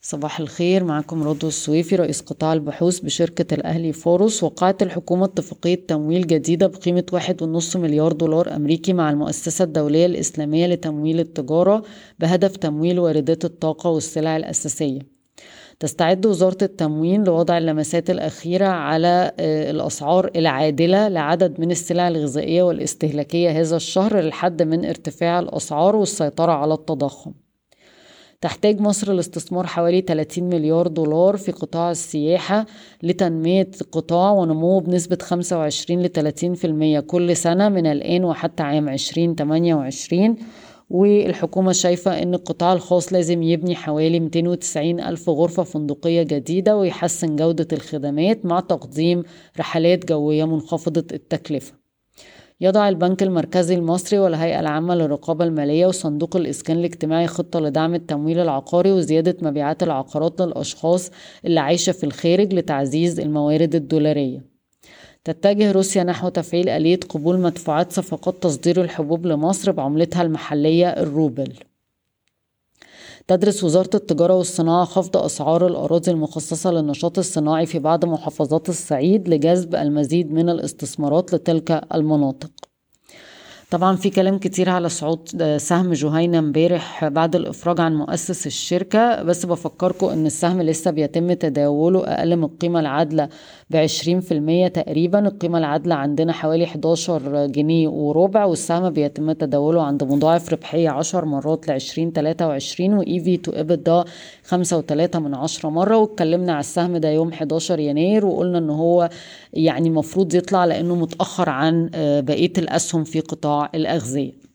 صباح الخير، معكم رضوى السويفي رئيس قطاع البحوث بشركة الأهلي فورس. وقعت الحكومة اتفاقية تمويل جديدة بقيمة 1.5 مليار دولار أمريكي مع المؤسسة الدولية الإسلامية لتمويل التجارة بهدف تمويل واردات الطاقة والسلع الأساسية. تستعد وزارة التموين لوضع اللمسات الأخيرة على الأسعار العادلة لعدد من السلع الغذائية والاستهلاكية هذا الشهر للحد من ارتفاع الأسعار والسيطرة على التضخم. تحتاج مصر لاستثمار حوالي 30 مليار دولار في قطاع السياحة لتنمية القطاع ونموه بنسبة 25 ل 30% كل سنة من الآن وحتى عام 2028. والحكومة شايفة أن القطاع الخاص لازم يبني حوالي 290 ألف غرفة فندقية جديدة ويحسن جودة الخدمات مع تقديم رحلات جوية منخفضة التكلفة. يضع البنك المركزي المصري والهيئة العامة للرقابة المالية وصندوق الإسكان الاجتماعي خطة لدعم التمويل العقاري وزيادة مبيعات العقارات للأشخاص اللي عايشة في الخارج لتعزيز الموارد الدولارية. تتجه روسيا نحو تفعيل آلية قبول مدفوعات صفقات تصدير الحبوب لمصر بعملتها المحلية الروبل. تدرس وزارة التجارة والصناعة خفض أسعار الأراضي المخصصة للنشاط الصناعي في بعض محافظات الصعيد لجذب المزيد من الاستثمارات لتلك المناطق. طبعا في كلام كتير على صعود سهم جهينة امبارح بعد الإفراج عن مؤسس الشركة، بس بفكركم ان السهم لسه بيتم تداوله أقل من القيمة العادلة ب20% تقريبا. القيمة العادلة عندنا حوالي 11 جنيه وربع، والسهم بيتم تداوله عند مضاعف ربحية 10 مرات ل2023 وإيفي تو إبدا 5.3 مرة. واتكلمنا على السهم ده يوم 11 يناير وقلنا ان هو يعني مفروض يطلع لأنه متأخر عن بقية الأسهم في قطاع الأغذية.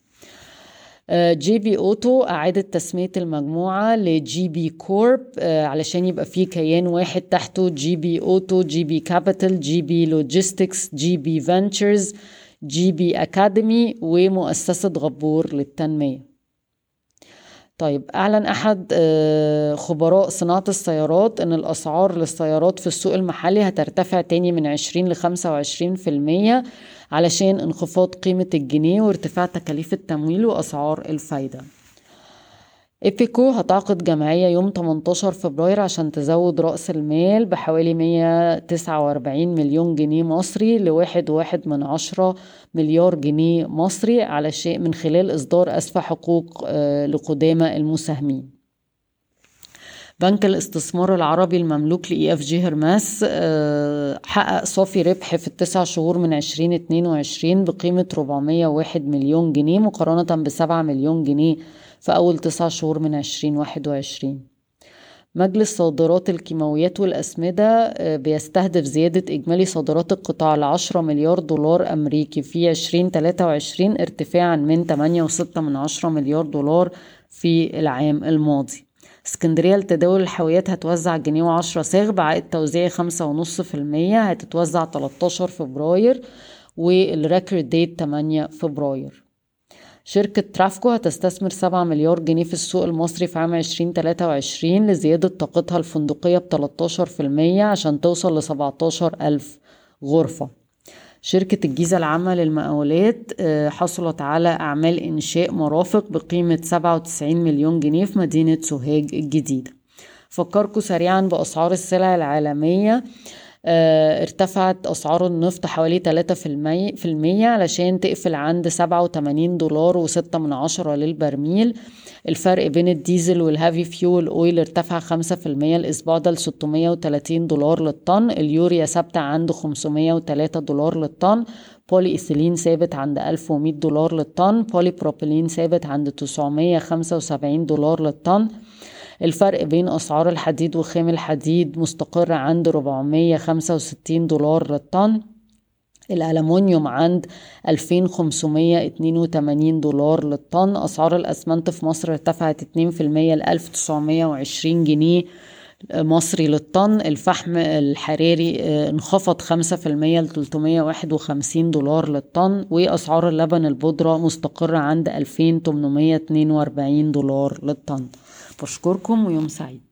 جي بي أوتو أعادت تسمية المجموعة لجي بي كورب علشان يبقى فيه كيان واحد تحته: جي بي أوتو، جي بي كابيتال، جي بي لوجيستكس، جي بي فينتشرز، جي بي أكاديمي ومؤسسة غبور للتنمية. طيب، أعلن أحد خبراء صناعة السيارات أن الأسعار للسيارات في السوق المحلي هترتفع تاني من 20 ل 25% علشان انخفاض قيمة الجنيه وارتفاع تكاليف التمويل وأسعار الفايدة. إيبيكو هتعقد جمعية يوم 18 فبراير عشان تزود رأس المال بحوالي 149 مليون جنيه مصري ل1.1 مليار جنيه مصري علشان من خلال إصدار أسفة حقوق لقدامى المساهمين. بنك الاستثمار العربي المملوك لEFG هرمس حقق صافي ربح في ال9 شهور من 2022 بقيمة 401 مليون جنيه مقارنة ب7 مليون جنيه في أول 9 شهور من 2021. مجلس صادرات الكيماويات والأسمدة بيستهدف زيادة إجمالي صادرات القطاع ل10 مليار دولار أمريكي في 2023 ارتفاعا من 8.6 مليار دولار في العام الماضي. اسكندرية لتداول الحاويات هتوزع 1.10 جنيه صاغ بعائد توزيعي 5.5%، هتتوزع 13 فبراير والريكورد ديت 8 فبراير. شركة ترافكو هتستثمر 7 مليار جنيه في السوق المصري في عام 2023 لزيادة طاقتها الفندقية ب13% عشان توصل ل17 ألف غرفة. شركة الجيزة العامة للمقاولات حصلت على أعمال إنشاء مرافق بقيمة 97 مليون جنيه في مدينة سوهاج الجديدة. فكركم سريعا بأسعار السلع العالمية. ارتفعت أسعار النفط حوالي 3% علشان تقفل عند $87.06 للبرميل. الفرق بين الديزل والهافي فيول اويل ارتفع 5% الأسبوع ده $630 للطن. اليوريا ثابتة عند $503 للطن. بولي إيثيلين ثابت عند $1100 للطن. بولي بروبيلين ثابت عند $975 للطن. الفرق بين أسعار الحديد وخام الحديد مستقر عند $465 للطن. الألمونيوم عند $2582 للطن. أسعار الأسمنت في مصر ارتفعت 2% ل 1920 جنيه مصري للطن. الفحم الحراري انخفض 5% ل $351 للطن. وأسعار اللبن البودرة مستقرة عند $2842 للطن. بشكركم ويوم سعيد.